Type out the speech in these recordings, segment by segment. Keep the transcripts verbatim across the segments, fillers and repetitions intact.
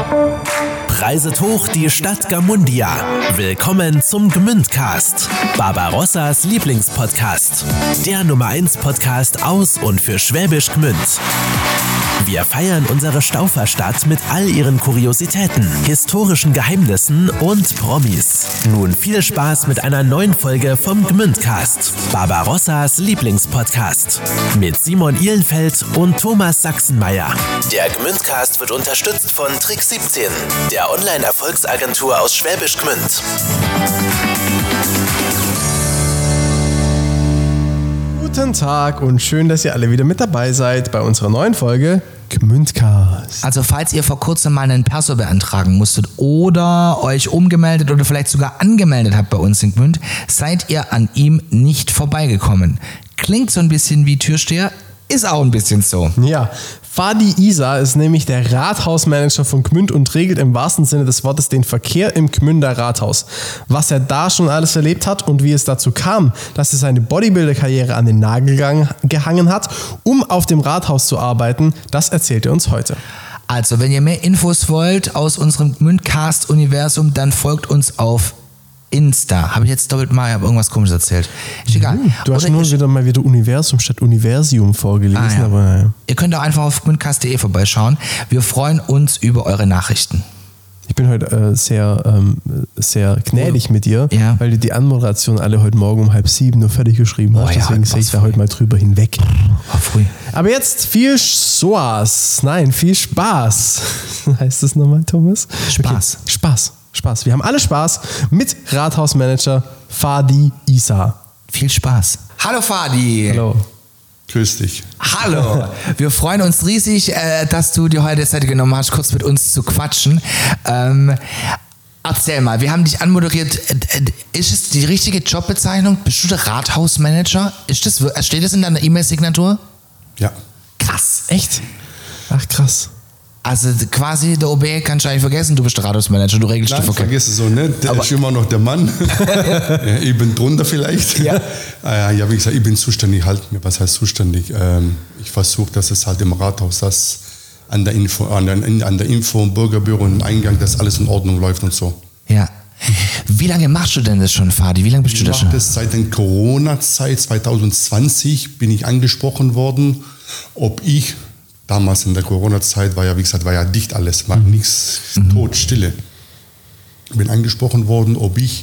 Reiset hoch die Stadt Gamundia. Willkommen zum Gmündcast, Barbarossas Lieblingspodcast. Der Nummer eins Podcast aus und für Schwäbisch Gmünd. Wir feiern unsere Stauferstadt mit all ihren Kuriositäten, historischen Geheimnissen und Promis. Nun viel Spaß mit einer neuen Folge vom Gmündcast, Barbarossas Lieblingspodcast. Mit Simon Ihlenfeld und Thomas Sachsenmeier. Der Gmündcast wird unterstützt von Trick siebzehn, der Online-Erfolgsagentur aus Schwäbisch Gmünd. Guten Tag und schön, dass ihr alle wieder mit dabei seid bei unserer neuen Folge Gmündcast. Also falls ihr vor kurzem mal einen Perso beantragen musstet oder euch umgemeldet oder vielleicht sogar angemeldet habt bei uns in Gmünd, seid ihr an ihm nicht vorbeigekommen. Klingt so ein bisschen wie Türsteher, ist auch ein bisschen so. Ja, Fadi Isa ist nämlich der Rathausmanager von Gmünd und regelt im wahrsten Sinne des Wortes den Verkehr im Gmünder Rathaus. Was er da schon alles erlebt hat und wie es dazu kam, dass er seine Bodybuilder-Karriere an den Nagel gang- gehangen hat, um auf dem Rathaus zu arbeiten, das erzählt er uns heute. Also wenn ihr mehr Infos wollt aus unserem Gmündcast-Universum, dann folgt uns auf Insta. Habe ich jetzt doppelt mal irgendwas Komisches erzählt. Ist egal. Mhm, du hast Oder nur ihr, wieder mal wieder Universum statt Universium vorgelesen. Ah, ja. Aber naja. Ihr könnt auch einfach auf gmündcast punkt de vorbeischauen. Wir freuen uns über eure Nachrichten. Ich bin heute äh, sehr, ähm, sehr gnädig mit dir, Ja. weil du die Anmoderation alle heute Morgen um halb sieben nur fertig geschrieben hast. Oh ja, Deswegen sehe ich da heute mal drüber hinweg. Oh, früh. Aber jetzt viel Spaß. Nein, viel Spaß. Heißt das nochmal, Thomas? Spaß. Okay. Spaß. Spaß. Wir haben alle Spaß mit Rathausmanager Fadi Isa. Viel Spaß. Hallo Fadi. Hallo. Grüß dich. Hallo. Wir freuen uns riesig, äh, dass du dir heute Zeit genommen hast, kurz mit uns zu quatschen. Ähm, erzähl mal, wir haben dich anmoderiert. Ist es die richtige Jobbezeichnung? Bist du der Rathausmanager? Ist das, steht das in deiner E-Mail-Signatur? Ja. Krass. Echt? Ach, krass. Also quasi der O B kannst du eigentlich vergessen, du bist der Rathausmanager, du regelst Nein, den Verkehr. vergiss es so nicht. Der Aber ist immer noch der Mann. Ich bin drunter vielleicht. Ja. Äh, ja, wie gesagt, ich bin zuständig halt. Was heißt zuständig? Ähm, ich versuche, dass es halt im Rathaus, dass an der Info, an der, an der Info, im Bürgerbüro und im Eingang, dass alles in Ordnung läuft und so. Ja. Wie lange machst du denn das schon, Fadi? Wie lange bist Ich du da schon? mache das seit der Corona-Zeit zwanzig zwanzig bin ich angesprochen worden, ob ich damals in der Corona-Zeit war ja, wie gesagt, war ja dicht alles, war nichts, Mhm. tot, Stille. Ich bin angesprochen worden, ob ich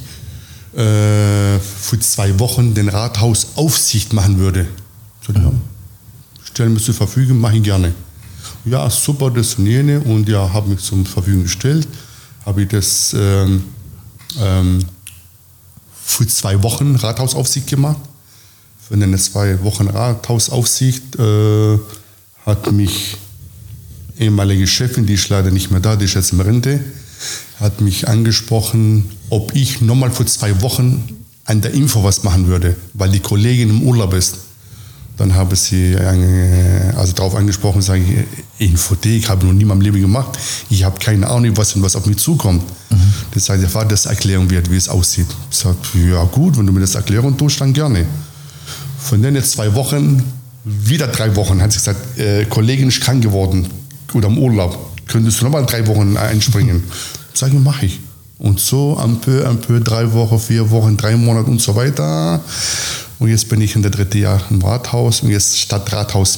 äh, für zwei Wochen den Rathausaufsicht machen würde. So, ja, stellen wir zur Verfügung, mache ich gerne. Ja, super, das und jene. Und ja, habe mich zur Verfügung gestellt. Habe ich das ähm, ähm, für zwei Wochen Rathausaufsicht gemacht. Für eine zwei Wochen Rathausaufsicht äh, hat mich ehemalige Chefin, die ist leider nicht mehr da, die ist jetzt in Rente, hat mich angesprochen, ob ich nochmal für zwei Wochen an der Info was machen würde, weil die Kollegin im Urlaub ist. Dann habe ich sie also darauf angesprochen, sage ich, Infothek habe ich noch nie in meinem Leben gemacht. Ich habe keine Ahnung, was und was auf mich zukommt. Mhm. Das sagt der Vater, das erklären wird, wie es aussieht. Ich sage, ja gut, wenn du mir das erklären tust, dann gerne. Von den jetzt zwei Wochen wieder drei Wochen, hat sie gesagt, äh, Kollegin ist krank geworden oder im Urlaub. Könntest du nochmal drei Wochen einspringen? Sag ich, mach ich. Und so un peu, un peu, drei Wochen, vier Wochen, drei Monate und so weiter. Und jetzt bin ich in der dritten Jahr im Rathaus und jetzt statt Rathaus,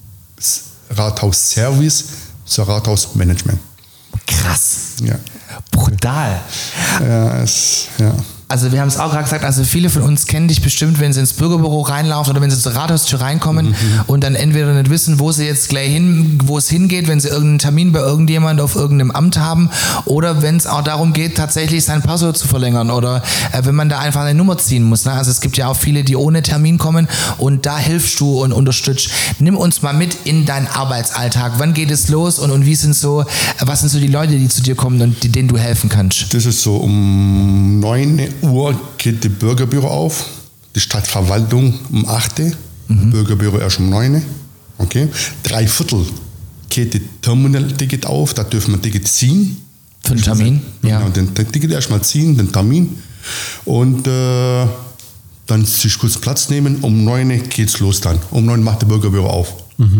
Rathausservice zur Rathausmanagement. Krass. Ja. Brutal. Ja, es, ja. Also wir haben es auch gerade gesagt, also viele von uns kennen dich bestimmt, wenn sie ins Bürgerbüro reinlaufen oder wenn sie zur Rathaustür reinkommen mhm. und dann entweder nicht wissen, wo sie jetzt gleich hin, wo es hingeht, wenn sie irgendeinen Termin bei irgendjemand auf irgendeinem Amt haben oder wenn es auch darum geht, tatsächlich sein Perso zu verlängern oder äh, wenn man da einfach eine Nummer ziehen muss. Ne? Also es gibt ja auch viele, die ohne Termin kommen und da hilfst du und unterstützt. Nimm uns mal mit in deinen Arbeitsalltag. Wann geht es los und, und wie sind so, was sind so die Leute, die zu dir kommen und die, denen du helfen kannst? Das ist so um neun Uhr geht die Bürgerbüro auf, die Stadtverwaltung um acht Uhr, mhm. Bürgerbüro erst um neun Uhr. Okay. Drei Viertel geht die Terminal-Ticket auf, da dürfen wir ein Ticket ziehen. Für den Termin? Genau, Ja. den, den Ticket erstmal ziehen, den Termin. Und äh, dann sich kurz Platz nehmen, um neun Uhr geht's los dann. Um neun Uhr macht der Bürgerbüro auf. Mhm.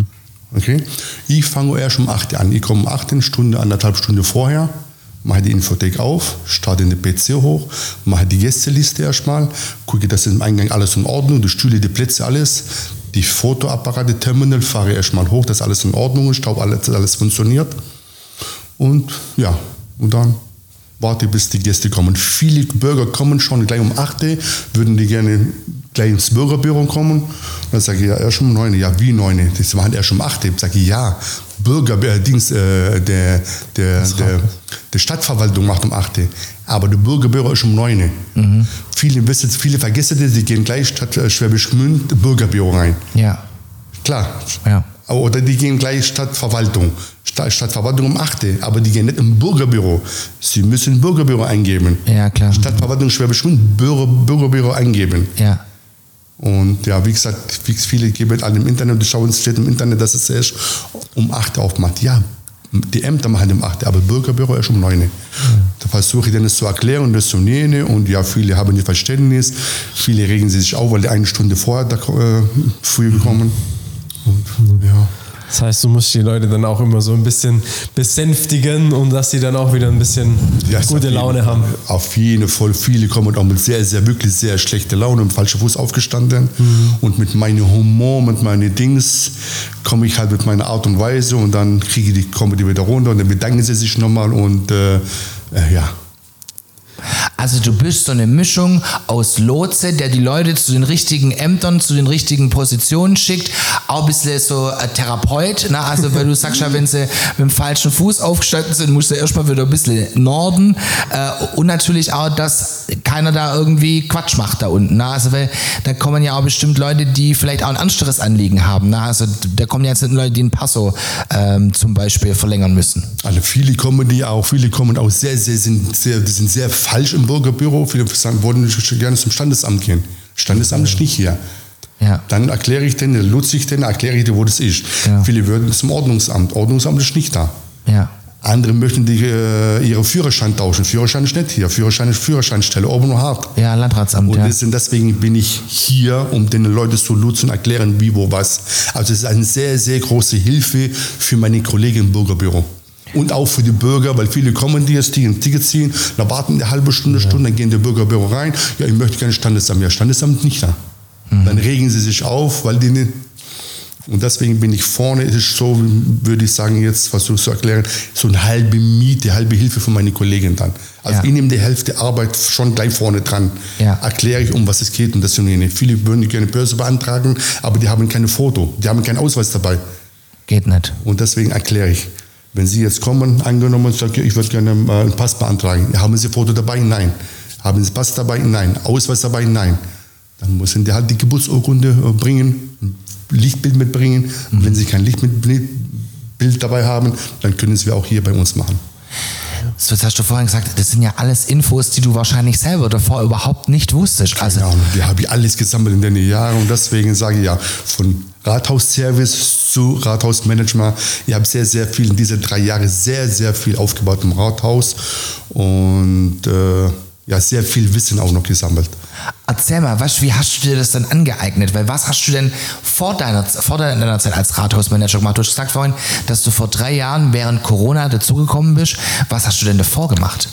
Okay? Ich fange erst um acht Uhr an. Ich komme um acht Uhr, eine Stunde, anderthalb Stunden vorher, mache die Infothek auf, starte den P C hoch, mache die Gästeliste erstmal, gucke, dass im Eingang alles in Ordnung, die Stühle, die Plätze, alles, die Fotoapparate, Terminal, fahre erstmal hoch, dass alles in Ordnung ist, alles, alles funktioniert. Und ja, und dann warte, bis die Gäste kommen. Viele Bürger kommen schon gleich um acht Uhr, würden die gerne gleich ins Bürgerbüro kommen. Dann sage ich, ja, erst um neun Uhr. Ja, wie neun Uhr? Das waren erst um acht Uhr. Sage ich, ja, Bürgerdienst, äh, der, der, der, der Stadtverwaltung macht um acht Uhr. Aber der Bürgerbüro ist um neun Uhr. Mhm. Viele, viele vergessen das, die gehen gleich statt äh, Schwäbisch Gmünd Bürgerbüro rein. Ja. Klar. Ja. Oder die gehen gleich Stadtverwaltung. Stadtverwaltung um acht Uhr, aber die gehen nicht im Bürgerbüro. Sie müssen Bürgerbüro eingeben. Ja, klar. Stadtverwaltung Schwäbisch Gmünd, Bürger, Bürgerbüro eingeben. Ja. Und ja, wie gesagt, viele geben alle im Internet, die schauen, es steht im Internet, dass es erst um acht Uhr aufmacht. Ja, die Ämter machen um acht Uhr, aber Bürgerbüro erst um neun Uhr. Mhm. Da versuche ich dann das zu erklären und das zu nehmen. Und ja, viele haben nicht Verständnis, viele regen sich auf, weil die eine Stunde vorher da, äh, früh kommen. Und ja. Das heißt, du musst die Leute dann auch immer so ein bisschen besänftigen und dass sie dann auch wieder ein bisschen ja, gute Laune jeden, haben. Auf jeden Fall. Viele kommen auch mit sehr, sehr, wirklich sehr schlechter Laune und falschen Fuß aufgestanden. Mhm. Und mit meinem Humor, mit meinen Dings, komme ich halt mit meiner Art und Weise und dann kriege die, kommen die wieder runter und dann bedanken sie sich nochmal und äh, äh, ja. Also du bist so eine Mischung aus Lotse, der die Leute zu den richtigen Ämtern, zu den richtigen Positionen schickt, auch ein bisschen so ein Therapeut, ne? Also weil du sagst ja, wenn sie mit dem falschen Fuß aufgestanden sind, musst du erstmal wieder ein bisschen norden äh, und natürlich auch, dass keiner da irgendwie Quatsch macht da unten, ne? Also weil da kommen ja auch bestimmt Leute, die vielleicht auch ein anderes Anliegen haben, ne? Also da kommen jetzt nicht Leute, die ein Passo ähm, zum Beispiel verlängern müssen. Also viele kommen die auch, viele kommen auch sehr, sehr, sind sehr, die sind sehr falsch im Bürgerbüro. Viele sagen, wollen gerne zum Standesamt gehen. Standesamt ist nicht hier. Ja. Dann erkläre ich denen, nutze ich denen, erkläre ich denen, wo das ist. Ja. Viele würden zum Ordnungsamt. Ordnungsamt ist nicht da. Ja. Andere möchten die, äh, ihre Führerschein tauschen. Führerschein ist nicht hier. Führerschein ist Führerscheinstelle, oben und hart. Ja, Landratsamt. Und ja. deswegen bin ich hier, um den Leuten zu nutzen, erklären, wie, wo, was. Also es ist eine sehr, sehr große Hilfe für meine Kollegen im Bürgerbüro. Und auch für die Bürger, weil viele kommen, die jetzt die ein Ticket ziehen, dann warten eine halbe Stunde, ja. Stunde, dann gehen die Bürgerbüro rein. Ja, ich möchte gerne Standesamt. Ja, Standesamt nicht da. Mhm. Dann regen sie sich auf, weil die nicht. Und deswegen bin ich vorne, es ist so, würde ich sagen, jetzt versuche ich zu erklären, so eine halbe Miete, halbe Hilfe von meinen Kollegen dann. Also ja. Ich nehme die Hälfte Arbeit schon gleich vorne dran. Ja. Erkläre ich, um was es geht. Und das sind viele würden gerne Börse beantragen, aber die haben keine Foto, die haben keinen Ausweis dabei. Geht nicht. Und deswegen erkläre ich. Wenn Sie jetzt kommen, angenommen und sagen, ich würde gerne einen Pass beantragen, haben Sie Foto dabei? Nein. Haben Sie Pass dabei? Nein. Ausweis dabei? Nein. Dann müssen die halt die Geburtsurkunde bringen, ein Lichtbild mitbringen. Mhm. Und wenn Sie kein Lichtbild dabei haben, dann können Sie auch hier bei uns machen. Das hast du vorhin gesagt, das sind ja alles Infos, die du wahrscheinlich selber davor überhaupt nicht wusstest. Also genau, die habe ich alles gesammelt in den Jahren und deswegen sage ich ja, von Rathausservice zu Rathausmanagement, ich habe sehr, sehr viel in diesen drei Jahren sehr, sehr viel aufgebaut im Rathaus und äh, ja, sehr viel Wissen auch noch gesammelt. Erzähl mal, was, wie hast du dir das dann angeeignet? Weil was hast du denn vor deiner, vor deiner Zeit als Rathausmanager gemacht? Du hast gesagt vorhin, dass du vor drei Jahren während Corona dazugekommen bist. Was hast du denn davor gemacht?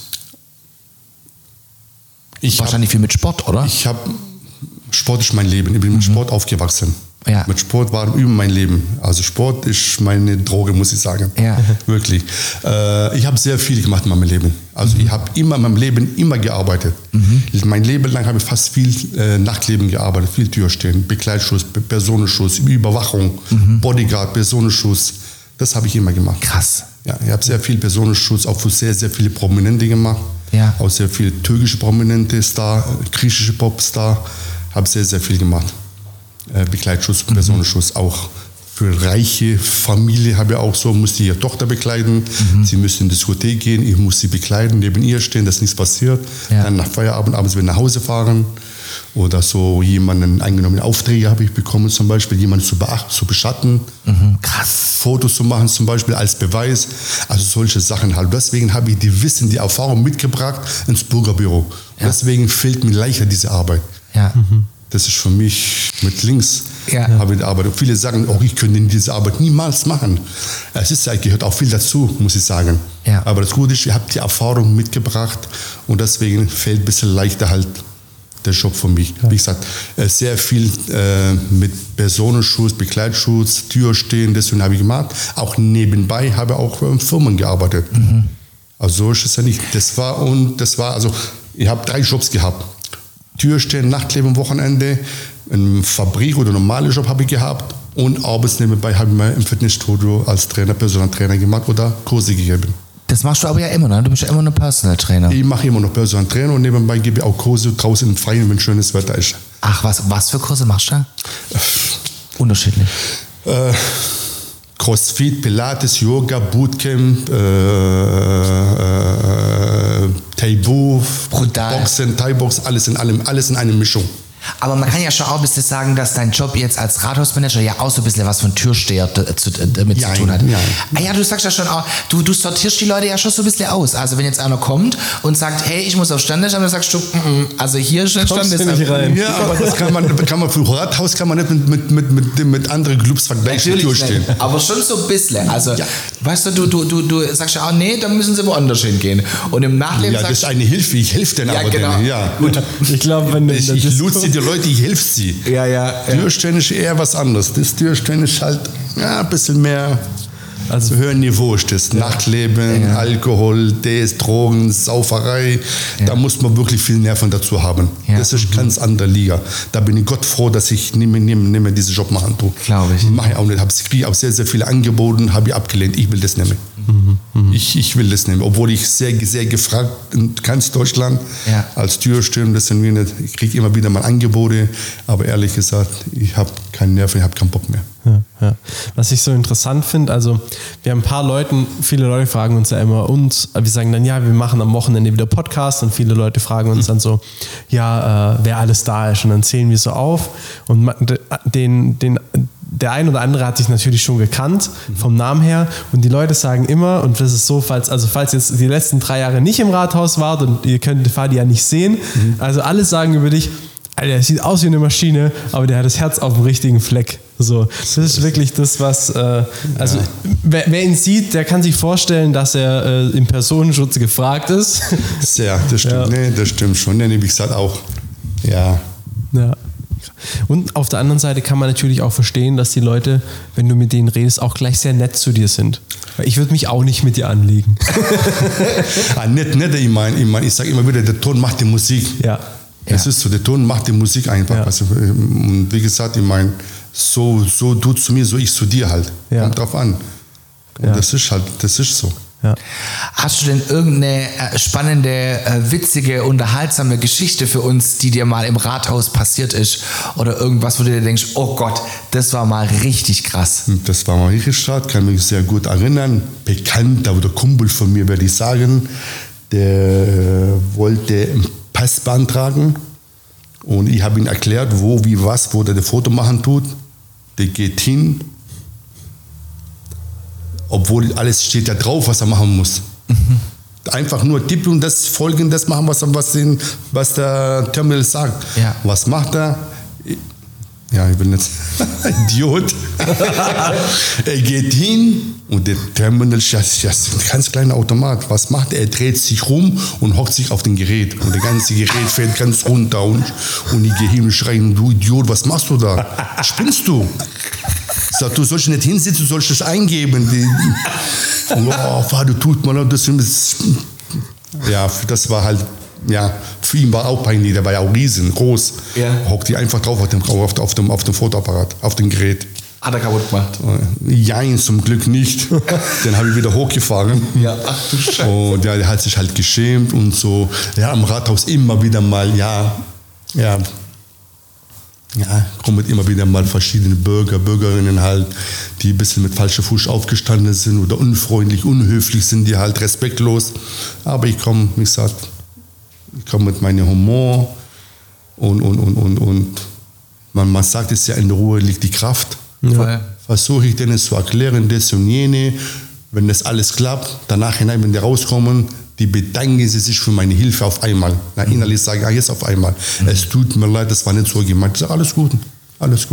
Ich Wahrscheinlich hab, viel mit Sport, oder? Ich habe, Sport ist mein Leben. Ich bin mit mhm. Sport aufgewachsen. Ja. Mit Sport war über mein Leben. Also Sport ist meine Droge, muss ich sagen. Ja. Wirklich. Äh, ich habe sehr viel gemacht in meinem Leben. Also mhm. ich habe immer in meinem Leben immer gearbeitet. Mhm. Mein Leben lang habe ich fast viel äh, Nachtleben gearbeitet, viel Türstehen, Begleitschutz, Personenschutz, Überwachung, mhm. Bodyguard, Personenschutz. Das habe ich immer gemacht. Krass. Ja, ich habe sehr viel Personenschutz auch für sehr, sehr viele Prominente gemacht. Ja. Auch sehr viele türkische Prominente, Star, griechische Popstar. Habe sehr, sehr viel gemacht. Begleitschutz, Personenschutz, mhm. auch für reiche Familie habe ich auch so, musste ihre Tochter begleiten, mhm. sie müssen in die Diskothek gehen, ich muss sie begleiten, neben ihr stehen, dass nichts passiert, ja. Dann nach Feierabend abends wieder nach Hause fahren oder so jemanden eingenommene Aufträge habe ich bekommen, zum Beispiel jemanden zu beachten, zu beschatten, mhm. Krass. Fotos zu machen zum Beispiel als Beweis, also solche Sachen halt. Deswegen habe ich die Wissen, die Erfahrung mitgebracht ins Bürgerbüro. Ja. Deswegen fehlt mir leichter diese Arbeit. Ja. Mhm. Das ist für mich mit links Ja. Habe ich gearbeitet. Viele sagen, oh, ich könnte diese Arbeit niemals machen. Es ist, gehört auch viel dazu, muss ich sagen. Ja. Aber das Gute ist, ich habe die Erfahrung mitgebracht und deswegen fällt ein bisschen leichter halt der Job für mich. Ja. Wie gesagt, sehr viel äh, mit Personenschutz, Begleitschutz, Türstehen, deswegen habe ich gemacht. Auch nebenbei habe ich auch in Firmen gearbeitet. Mhm. Also so ist es ja nicht. Das war und das war, also ich habe drei Jobs gehabt. Türstehen, Nachtleben, Wochenende, eine Fabrik oder einen normalen Job habe ich gehabt und abends nebenbei habe ich mal im Fitnessstudio als Trainer, Personal Trainer gemacht oder Kurse gegeben. Das machst du aber ja immer, ne? Du bist ja immer noch Personal Trainer. Ich mache immer noch Personal Trainer und nebenbei gebe ich auch Kurse draußen im Freien, wenn schönes Wetter ist. Ach, was, was für Kurse machst du da? Unterschiedlich. Äh, Crossfit, Pilates, Yoga, Bootcamp, äh, äh, Thai-Bo, Boxen, Thai-Box, alles in allem, alles in einer Mischung. Aber man kann ja schon auch ein bisschen sagen, dass dein Job jetzt als Rathausmanager ja auch so ein bisschen was von Türsteher zu, damit ja, zu tun hat. Ja. Ah ja, du sagst ja schon auch, du, du sortierst die Leute ja schon so ein bisschen aus. Also wenn jetzt einer kommt und sagt, hey, ich muss auf Standesamt, dann sagst du, mm, also hier ist ein Standesamt. Ja, aber das kann man, kann man für Rathaus kann man nicht mit, mit, mit, mit, mit anderen Clubs vergleichen. Natürlich nicht, aber schon so ein bisschen. Also, ja. Weißt du, du, du, du, du sagst ja auch, nee, dann müssen sie woanders hingehen. Und im Nachleben ja, sagst das ist eine Hilfe, ich helfe denen ja, aber genau. denen. Ja, gut. Ich glaube, wenn ich, ich lutze die Leute, ich helfe sie. Ja, ja. Türstehen ist eher was anderes. Das Türstehen ist halt ja, ein bisschen mehr also höheren Niveau ist das. Ja. Nachtleben, ja. Alkohol, das, Drogen, Sauferei. Ja. Da muss man wirklich viel Nerven dazu haben. Ja. Das ist eine ganz andere Liga. Da bin ich Gott froh, dass ich nicht mehr, nicht mehr diesen Job machen tue. Glaube ich. Mache ich auch nicht. Ich kriege auch sehr, sehr viele Angebote, habe ich abgelehnt. Ich will das nicht mehr. Mhm. Mhm. Ich, ich will das nicht mehr. Obwohl ich sehr, sehr gefragt in ganz Deutschland ja. als Türsteher, das sind wir nicht. Ich kriege immer wieder mal Angebote, aber ehrlich gesagt, ich habe keinen Nerv, ich habe keinen Bock mehr. Ja, ja. Was ich so interessant finde, also wir haben ein paar Leute, viele Leute fragen uns ja immer, und wir sagen dann, ja, wir machen am Wochenende wieder Podcast, und viele Leute fragen uns dann so, ja, äh, wer alles da ist, und dann zählen wir so auf, und den, den, der ein oder andere hat sich natürlich schon gekannt vom Namen her, und die Leute sagen immer, und das ist so, falls, also falls jetzt die letzten drei Jahre nicht im Rathaus wart und ihr könnt Fadi ja nicht sehen, mhm. also alle sagen über dich, Alter, der sieht aus wie eine Maschine, aber der hat das Herz auf dem richtigen Fleck. So, das ist wirklich das, was, äh, also ja. wer, wer ihn sieht, der kann sich vorstellen, dass er äh, im Personenschutz gefragt ist. Ja, das stimmt, ja. Nee, das stimmt schon. Nee, wie gesagt auch, ja. Ja. Und auf der anderen Seite kann man natürlich auch verstehen, dass die Leute, wenn du mit denen redest, auch gleich sehr nett zu dir sind. Weil ich würde mich auch nicht mit dir anlegen. ah, nett, nett, ich meine, ich, mein, ich sage immer wieder, der Ton macht die Musik. Ja. Es ja. ist so, der Ton macht die Musik einfach. Ja. Also, und wie gesagt, ich meine, so, so du zu mir, so ich zu dir halt. Ja. Kommt drauf an. Und ja. das ist halt, das ist so. Ja. Hast du denn irgendeine spannende, witzige, unterhaltsame Geschichte für uns, die dir mal im Rathaus passiert ist? Oder irgendwas, wo du dir denkst, oh Gott, das war mal richtig krass. Das war mal richtig krass, kann mich sehr gut erinnern. Bekannter oder Kumpel von mir, werde ich sagen, der wollte Pass beantragen, und ich habe ihm erklärt, wo, wie, was, wo der das Foto machen tut. Der geht hin, obwohl alles steht ja drauf, was er machen muss. Mhm. Einfach nur tippen und das folgen, das machen, was, was, den, was der Terminal sagt. Ja. Was macht er? Ja, ich bin jetzt Idiot. Er geht hin und der Terminal ist ja, ja ein ganz kleiner Automat. Was macht er? Er dreht sich rum und hockt sich auf den Gerät. Und das ganze Gerät fällt ganz runter. Und, und ich gehe hin und schreie, du Idiot, was machst du da? Spinnst du? Ich sag, du sollst nicht hinsitzen, du sollst das eingeben. Die, und, oh, Vater, tut mir leid. Das, ja, das war halt... Ja, für ihn war auch peinlich, der war ja auch riesengroß. Ja. Hockt die einfach drauf auf dem, auf, auf, dem, auf dem Fotoapparat, auf dem Gerät. Hat er kaputt gemacht? Jein, zum Glück nicht. Den habe ich wieder hochgefahren. Ja, ach du Scheiße. Und ja, der hat sich halt geschämt und so. Ja, am Rathaus immer wieder mal, ja, ja, ja, kommen immer wieder mal verschiedene Bürger, Bürgerinnen halt, die ein bisschen mit falschem Fuß aufgestanden sind oder unfreundlich, unhöflich sind, die halt respektlos. Aber ich komme, wie gesagt, ich komme mit meinem Humor und, und, und, und, und man, man sagt es ja, in der Ruhe liegt die Kraft. Ja. Versuche ich denen zu erklären, das und jene. Wenn das alles klappt, danach hinein, wenn die rauskommen, die bedanken sie sich für meine Hilfe auf einmal. Na, innerlich sage ich, ah, jetzt auf einmal. Mhm. Es tut mir leid, das war nicht so gemeint. Ich sage, alles gut, alles gut.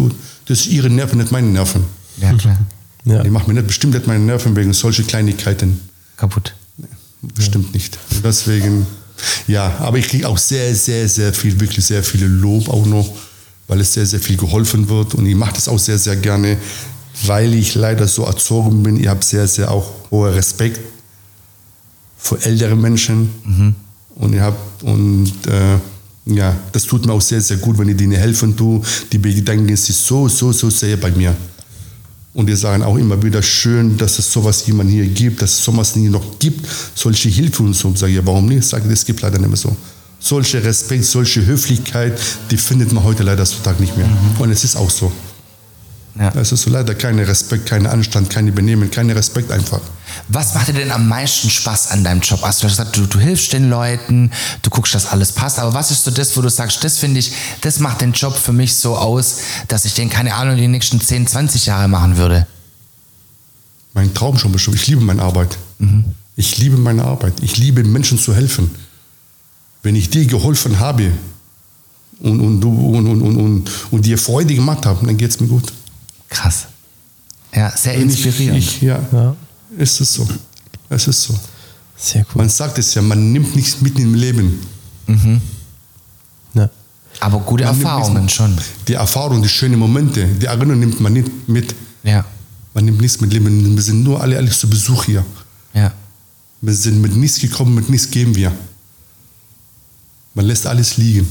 Das ist ihre Nerven, nicht meine Nerven. Ja, klar. Ja. Die machen mir nicht, bestimmt nicht meine Nerven wegen solcher Kleinigkeiten. Kaputt. Bestimmt nicht. Und deswegen, ja, aber ich kriege auch sehr, sehr, sehr viel, wirklich sehr viel Lob auch noch, weil es sehr, sehr viel geholfen wird. Und ich mache das auch sehr, sehr gerne, weil ich leider so erzogen bin. Ich habe sehr, sehr auch hohen Respekt für ältere Menschen. Mhm. Und ich habe, und äh, ja, das tut mir auch sehr, sehr gut, wenn ich denen helfen tue. Die bedanken sich so, so, so sehr bei mir. Und die sagen auch immer wieder, schön, dass es sowas jemand hier gibt, dass es sowas nie noch gibt, solche Hilfe und so. Sage ich, ja, warum nicht? Sage ich, das gibt leider nicht mehr so. Solche Respekt, solche Höflichkeit, die findet man heute leider so Tag nicht mehr. Mhm. Und es ist auch so. Ja. Es ist so leider kein Respekt, kein Anstand, kein Benehmen, kein Respekt einfach. Was macht dir denn am meisten Spaß an deinem Job? Also du hast gesagt, du, du hilfst den Leuten, du guckst, dass alles passt, aber was ist so das, wo du sagst, das finde ich, das macht den Job für mich so aus, dass ich den, keine Ahnung, die nächsten zehn, zwanzig Jahre machen würde? Mein Traum schon bestimmt. Ich liebe meine Arbeit. Mhm. Ich liebe meine Arbeit. Ich liebe Menschen zu helfen. Wenn ich dir geholfen habe und, und, und, und, und, und, und dir Freude gemacht habe, dann geht es mir gut. Krass. Ja, sehr inspirierend. Ich, ich, ja, ja, ist es so. Es ist so. Sehr cool. Man sagt es ja, man nimmt nichts mit im Leben. Mhm. Ja. Aber gute man Erfahrungen schon. Die Erfahrungen, die schönen Momente, die Erinnerungen nimmt man nicht mit. Ja. Man nimmt nichts mit Leben. Wir sind nur alle, alle zu Besuch hier. Ja. Wir sind mit nichts gekommen, mit nichts geben wir. Man lässt alles liegen.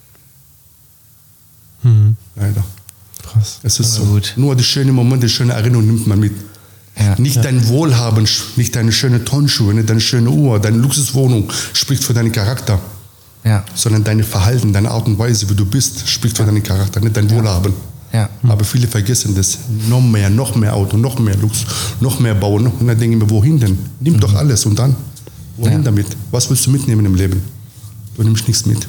Mhm. Leider. Krass. Es ist so. Gut. Nur die schönen Momente, die schöne Erinnerung nimmt man mit. Ja. Nicht ja. dein Wohlhaben, nicht deine schöne Turnschuhe, nicht deine schöne Uhr, deine Luxuswohnung spricht für deinen Charakter. Ja. Sondern dein Verhalten, deine Art und Weise, wie du bist, spricht für deinen Charakter, nicht dein Wohlhaben. Ja. Aber viele vergessen das. Noch mehr, noch mehr Auto, noch mehr Lux, noch mehr bauen. Und dann denke ich mir, wohin denn? Nimm mhm. doch alles und dann, wohin ja. damit? Was willst du mitnehmen im Leben? Du nimmst nichts mit.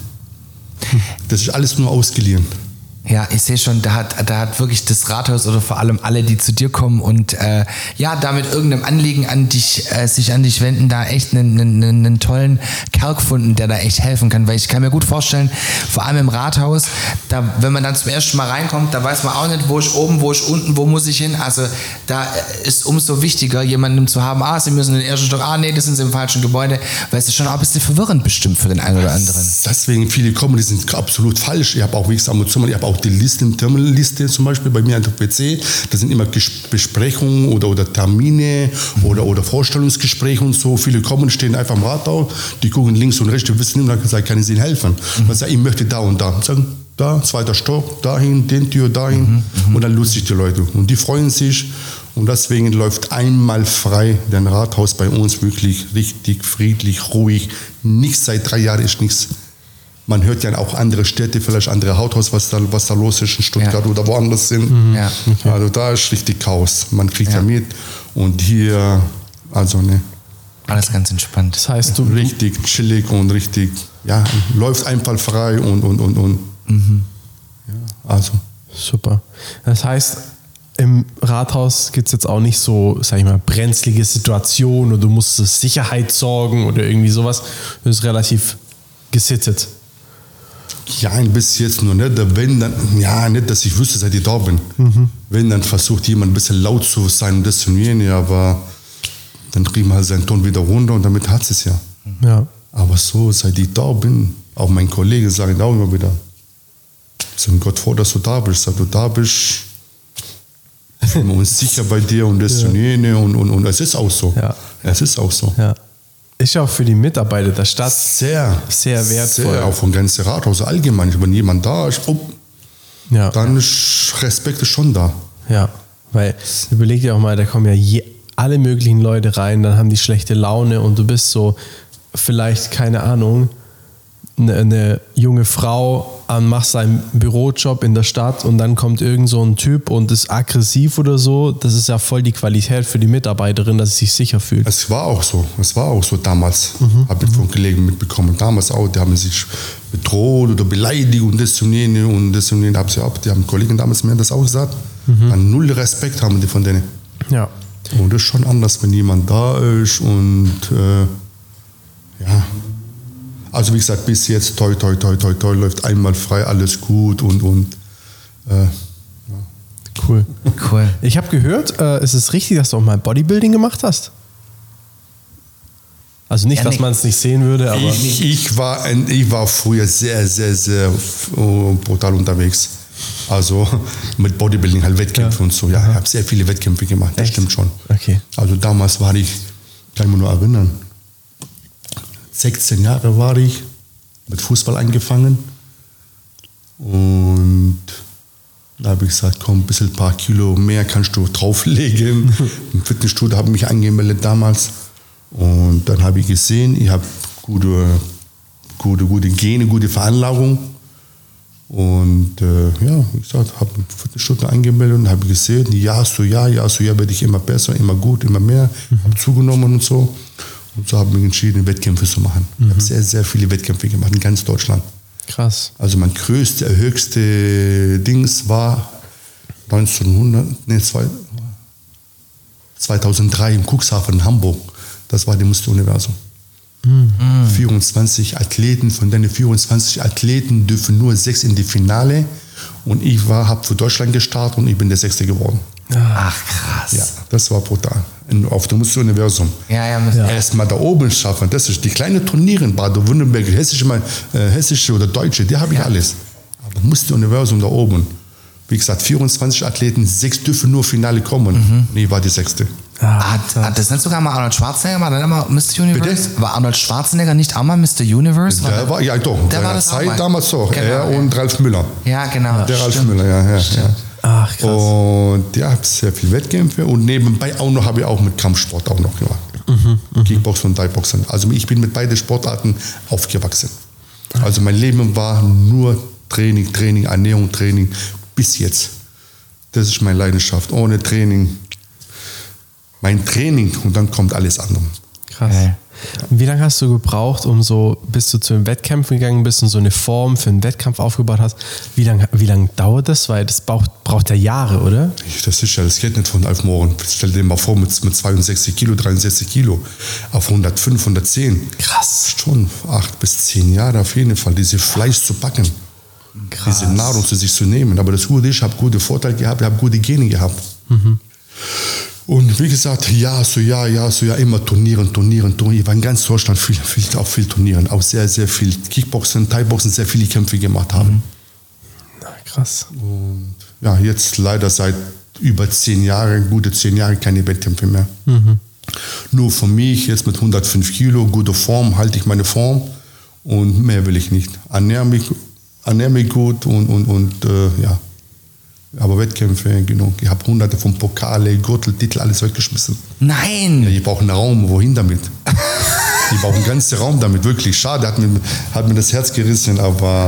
Das ist alles nur ausgeliehen. Ja, ich sehe schon, da hat, da hat wirklich das Rathaus oder vor allem alle, die zu dir kommen und äh, ja, da mit irgendeinem Anliegen an dich, äh, sich an dich wenden, da echt einen, einen, einen tollen Kerl gefunden, der da echt helfen kann, weil ich kann mir gut vorstellen, vor allem im Rathaus, da, wenn man dann zum ersten Mal reinkommt, da weiß man auch nicht, wo ich oben, wo ich unten, wo muss ich hin, also da ist umso wichtiger, jemanden zu haben, ah, sie müssen in den ersten Stock, ah, nee, das sind sie im falschen Gebäude, weil es ist schon auch ein bisschen verwirrend bestimmt für den einen oder anderen. Deswegen, viele kommen, die sind absolut falsch. Ich habe auch, wie gesagt, ich habe auch die Liste, Terminalliste zum Beispiel bei mir auf dem P C, da sind immer Besprechungen oder, oder Termine mhm. oder, oder Vorstellungsgespräche und so. Viele kommen, stehen einfach im Rathaus, die gucken links und rechts, die wissen immer, gesagt, kann ich ihnen helfen? Mhm. Man sagt, ich möchte da und da. Sagen, da, zweiter Stock, dahin, den Tür, dahin. Mhm. Und dann lustig die Leute. Und die freuen sich. Und deswegen läuft einmal frei der Rathaus bei uns wirklich richtig friedlich, ruhig. Nichts seit drei Jahren ist nichts. Man hört ja auch andere Städte, vielleicht andere Hauthaus, was da, was da los ist in Stuttgart ja. oder woanders sind. Mhm. Ja. Okay. Also da ist richtig Chaos. Man kriegt ja, ja mit. Und hier, also ne. Alles ganz entspannt. Das heißt, du richtig chillig und richtig, ja, läuft einfach frei und, und, und, und. Mhm. Ja, also. Super. Das heißt, im Rathaus gibt es jetzt auch nicht so, sag ich mal, brenzlige Situationen oder du musst für Sicherheit sorgen oder irgendwie sowas. Das ist relativ gesittet. Ja, ein bisschen jetzt nur, ne? Wenn dann, ja, nicht, dass ich wüsste, seit ich da bin. Mhm. Wenn, dann versucht jemand ein bisschen laut zu sein und das zu nehmen, aber dann kriegen wir halt seinen Ton wieder runter und damit hat es ja. ja. Aber so, seit ich da bin, auch mein Kollege sagen auch immer wieder, sind Gott froh, dass du da bist. Seit du da bist, sind wir uns sicher bei dir und das ja. und jene und, und, und es ist auch so. Ja. Es ist auch so. Ja. Ist ja auch für die Mitarbeiter der Stadt sehr, sehr wertvoll. Sehr, auch vom ganzen Rathaus allgemein. Wenn jemand da ist, oh, ja. dann ist Respekt ist schon da. Ja, weil überleg dir auch mal, da kommen ja je, alle möglichen Leute rein, dann haben die schlechte Laune und du bist so vielleicht, keine Ahnung, eine, eine junge Frau, machst seinen Bürojob in der Stadt und dann kommt irgend so ein Typ und ist aggressiv oder so. Das ist ja voll die Qualität für die Mitarbeiterin, dass sie sich sicher fühlt. Es war auch so. Es war auch so damals. Mhm. Habe ich von Kollegen mitbekommen. Damals auch, die haben sich bedroht oder beleidigt und das und jene und das und jene. Die haben Kollegen damals mir das auch gesagt. Mhm. An null Respekt haben die von denen. Ja. Und das ist schon anders, wenn jemand da ist und äh, ja. Also wie gesagt, bis jetzt toi toi toi toi toi läuft einmal frei, alles gut und, und äh, ja. Cool. Cool. Ich habe gehört, äh, ist es richtig, dass du auch mal Bodybuilding gemacht hast? Also nicht, Ja, dass nee. man es nicht sehen würde, aber... Ich, ich, war ein, ich war früher sehr, sehr, sehr uh, brutal unterwegs. Also mit Bodybuilding, halt Wettkämpfe Ja. und so. Ja, ich habe sehr viele Wettkämpfe gemacht, das Echt? stimmt schon. Okay. Also damals war ich, kann ich mich nur erinnern, sechzehn Jahre war ich, mit Fußball angefangen. Und da habe ich gesagt, komm, ein bisschen ein paar Kilo mehr kannst du drauflegen. Im Fitnessstudio habe ich mich angemeldet damals. Und dann habe ich gesehen, ich habe gute, gute, gute Gene, gute Veranlagung. Und äh, ja, wie gesagt, habe ein Fitnessstudio angemeldet und habe gesehen, Jahr zu Jahr, Jahr zu Jahr werde ich immer besser, immer gut, immer mehr, mhm. habe zugenommen und so. Und so habe ich mich entschieden, Wettkämpfe zu machen. Mhm. Ich habe sehr, sehr viele Wettkämpfe gemacht in ganz Deutschland. Krass. Also mein größter, höchste Dings war neunzehnhundert, nee, zweitausenddrei im Cuxhaven in Hamburg. Das war das Mister Universum. Mhm. vierundzwanzig Athleten, von denen vierundzwanzig Athleten dürfen nur sechs in die Finale. Und ich habe für Deutschland gestartet und ich bin der Sechste geworden. Ach, krass. Ja, das war brutal. In, auf dem Mister Universum. Ja, ja, ja. Erstmal da oben schaffen, das ist die kleine Turniere in Baden-Württemberg, hessische, äh, hessische oder deutsche, die habe ich ja. alles. Aber Mister Universum da oben. Wie gesagt, vierundzwanzig Athleten, sechs dürfen nur Finale kommen. Mhm. Nee, war die Sechste. Ah, hat, hat das nicht sogar mal Arnold Schwarzenegger mal dann mal Mister Universe? Bitte? War Arnold Schwarzenegger nicht auch mal Mister Universe? War der war, ja doch, der war das Zeit auch damals so. Genau, er ja. und Ralf Müller. Ja, genau. Der Ralf Stimmt. Müller, ja. ja, ja. Ach, krass. Und ja, sehr viele Wettkämpfe und nebenbei auch noch habe ich auch mit Kampfsport auch noch gemacht. Mhm, Kickboxen und Thai-Boxen. Also ich bin mit beiden Sportarten aufgewachsen. Also mein Leben war nur Training, Training, Ernährung, Training bis jetzt. Das ist meine Leidenschaft. Ohne Training, mein Training und dann kommt alles andere. Krass. Okay. Wie lange hast du gebraucht, um so, bis du zu den Wettkämpfen gegangen bist und so eine Form für einen Wettkampf aufgebaut hast? Wie lange wie lang dauert das? Weil das braucht, braucht ja Jahre, oder? Das ist ja, das geht nicht von auf morgen. Stell dir mal vor, mit, mit zweiundsechzig Kilo, dreiundsechzig Kilo auf hundertfünf, hundertzehn. Krass. Schon acht bis zehn Jahre auf jeden Fall, diese Fleisch zu backen. Krass. Diese Nahrung zu sich zu nehmen. Aber das Gute ist, ich habe gute Vorteile gehabt, ich habe gute Gene gehabt. Mhm. Und wie gesagt, Jahr zu Jahr, Jahr zu Jahr immer Turnieren, Turnieren, Turnieren. Ich war in ganz Deutschland viel, viel, auch viel Turnieren. Auch sehr, sehr viel Kickboxen, Thai-Boxen, sehr viele Kämpfe gemacht haben. Mhm. Na, krass. Und ja, jetzt leider seit über zehn Jahren, gute zehn Jahre, keine Wettkämpfe mehr. Mhm. Nur für mich, jetzt mit hundertfünf Kilo, gute Form, halte ich meine Form. Und mehr will ich nicht. Ernähre mich, ernähre mich gut und, und, und äh, ja. Aber Wettkämpfe genug. Ich habe hunderte von Pokale, Gürtel, Titel, alles weggeschmissen. Nein! Ja, ich brauche einen Raum. Wohin damit? Ich brauche einen ganzen Raum damit, wirklich. Schade, hat mir, hat mir das Herz gerissen, aber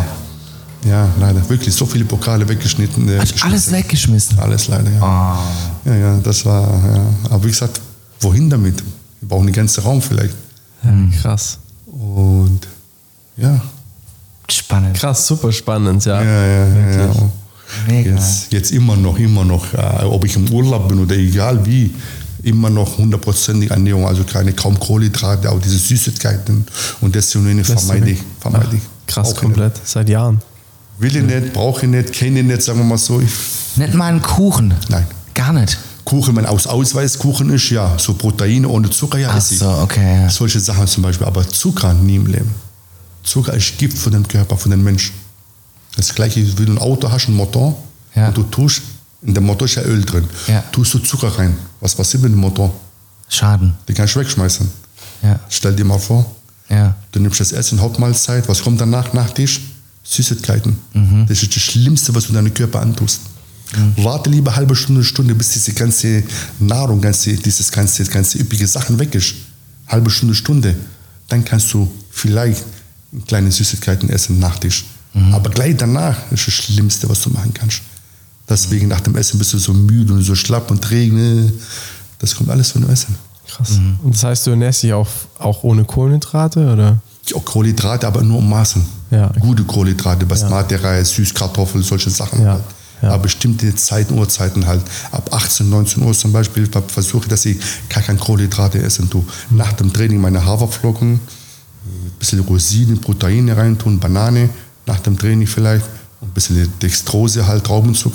ja, leider. Wirklich, so viele Pokale weggeschnitten. Äh, Hast alles weggeschmissen? Alles leider, ja. Oh. Ja, ja, das war, ja. Aber wie gesagt, wohin damit? Ich brauche einen ganzen Raum vielleicht. Ja, krass. Und ja. Spannend. Krass, super spannend, ja. Ja, ja, ja. ja. Mega. Jetzt, jetzt immer noch, immer noch, äh, ob ich im Urlaub bin oder egal wie, immer noch hundertprozentig Ernährung, also keine kaum Kohlenhydrate, auch diese Süßigkeiten und deswegen vermeide ich. Vermeide ich. Krass, Brauche komplett, nicht. Seit Jahren. Will ich nicht, brauche ich nicht, kenne ich nicht, sagen wir mal so. Ich, nicht mal einen Kuchen? Nein. Gar nicht? Kuchen, wenn aus Ausweiskuchen ist, ja, so Proteine ohne Zucker, ja, Ach ist so, okay. Solche Sachen zum Beispiel, aber Zucker nie im Leben. Zucker ist Gift für den Körper, für den Menschen. Das gleiche wie du ein Auto hast, ein Motor, ja. und du tust, in dem Motor ist ja Öl drin, ja. tust du Zucker rein. Was passiert mit dem Motor? Schaden. Den kannst du wegschmeißen. Ja. Stell dir mal vor, ja. du nimmst das Essen, Hauptmahlzeit, was kommt danach, Nachtisch? Süßigkeiten. Mhm. Das ist das Schlimmste, was du deinem Körper antust. Mhm. Warte lieber eine halbe Stunde, Stunde, bis diese ganze Nahrung, ganze, dieses ganze, ganze üppige Sachen weg ist. Halbe Stunde, Stunde. Dann kannst du vielleicht kleine Süßigkeiten essen, Nachtisch. Mhm. Aber gleich danach ist das Schlimmste, was du machen kannst. Deswegen nach dem Essen bist du so müde und so schlapp und träge. Das kommt alles von dem Essen. Krass. Mhm. Und das heißt, du ernährst dich auch, auch ohne Kohlenhydrate, oder? Ja, Kohlenhydrate, aber nur um Maßen. Ja, okay. Gute Kohlenhydrate, Basmati-Reis, Süßkartoffel, solche Sachen. Ja, halt. ja. Aber bestimmte Zeiten, Uhrzeiten halt. Ab achtzehn, neunzehn Uhr zum Beispiel versuche ich, dass ich gar keine Kohlenhydrate essen tue. Mhm. Nach dem Training meine Haferflocken, ein bisschen Rosinen, Proteine reintun, Banane, nach dem Training vielleicht, ein bisschen Dextrose halt, Traubenzucker.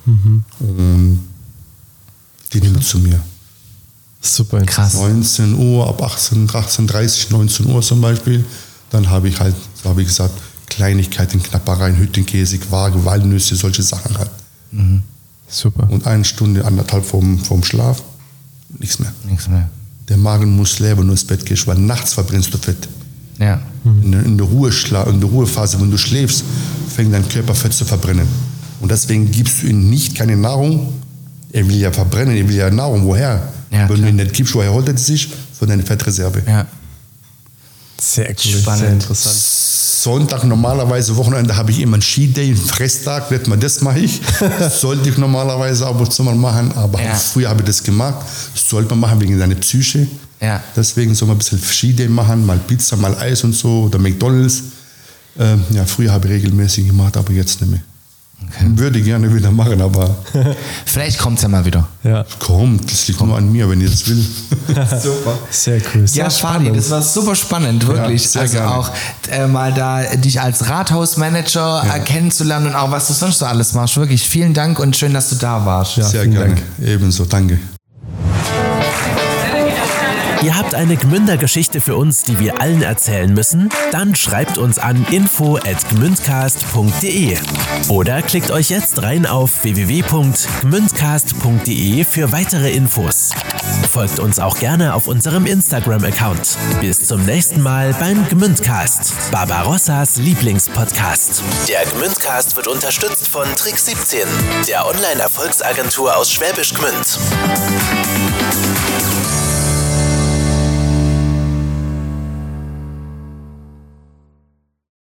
Mhm. Und die nehmen zu mir. Super Krass. neunzehn Uhr, ab achtzehn, achtzehn Uhr dreißig, neunzehn Uhr zum Beispiel. Dann habe ich halt, so habe ich gesagt, Kleinigkeiten, Knappereien, Hüttenkäse, Waage, Walnüsse, solche Sachen halt. Mhm. Super. Und eine Stunde, anderthalb vorm, vorm Schlaf, nichts mehr. Nichts mehr. Der Magen muss leer, wenn du ins Bett gehst, weil nachts verbrennst du Fett. Ja. In der, in der Ruheschla- in der Ruhephase, wenn du schläfst, fängt dein Körper Fett zu verbrennen. Und deswegen gibst du ihm nicht keine Nahrung. Er will ja verbrennen, er will ja Nahrung. Woher? Ja, wenn klar. du ihn nicht gibst, woher holt er sich? Von deiner Fettreserve. Ja. Sehr cool, Spannend. sehr interessant. Sonntag, normalerweise Wochenende, habe ich immer einen Ski-Day, einen Fresstag, nicht mal das mache ich. Sollte ich normalerweise ab und zu mal machen, aber Ja. früher habe ich das gemacht. Das sollte man machen wegen seiner Psyche. Ja. Deswegen soll man ein bisschen Ski-Day machen, mal Pizza, mal Eis und so oder McDonalds. Ähm, ja, früher habe ich regelmäßig gemacht, aber jetzt nicht mehr. Okay. Würde gerne wieder machen, aber Vielleicht kommt es ja mal wieder. Ja, kommt, das liegt nur an mir, wenn ihr das will. Super. sehr cool. Sehr Ja, Fadi, das war super spannend, wirklich. Ja, sehr also gerne. auch äh, mal da dich als Rathausmanager ja. kennenzulernen und auch was du sonst so alles machst. Wirklich vielen Dank und schön, dass du da warst. Ja, Sehr vielen gerne. Dank. Ebenso, danke. Ihr habt eine Gmünder-Geschichte für uns, die wir allen erzählen müssen? Dann schreibt uns an info at gmündcast punkt de oder klickt euch jetzt rein auf w w w punkt gmündcast punkt de für weitere Infos. Folgt uns auch gerne auf unserem Instagram-Account. Bis zum nächsten Mal beim Gmündcast, Barbarossas Lieblingspodcast. Der Gmündcast wird unterstützt von Trick siebzehn, der Online-Erfolgsagentur aus Schwäbisch Gmünd.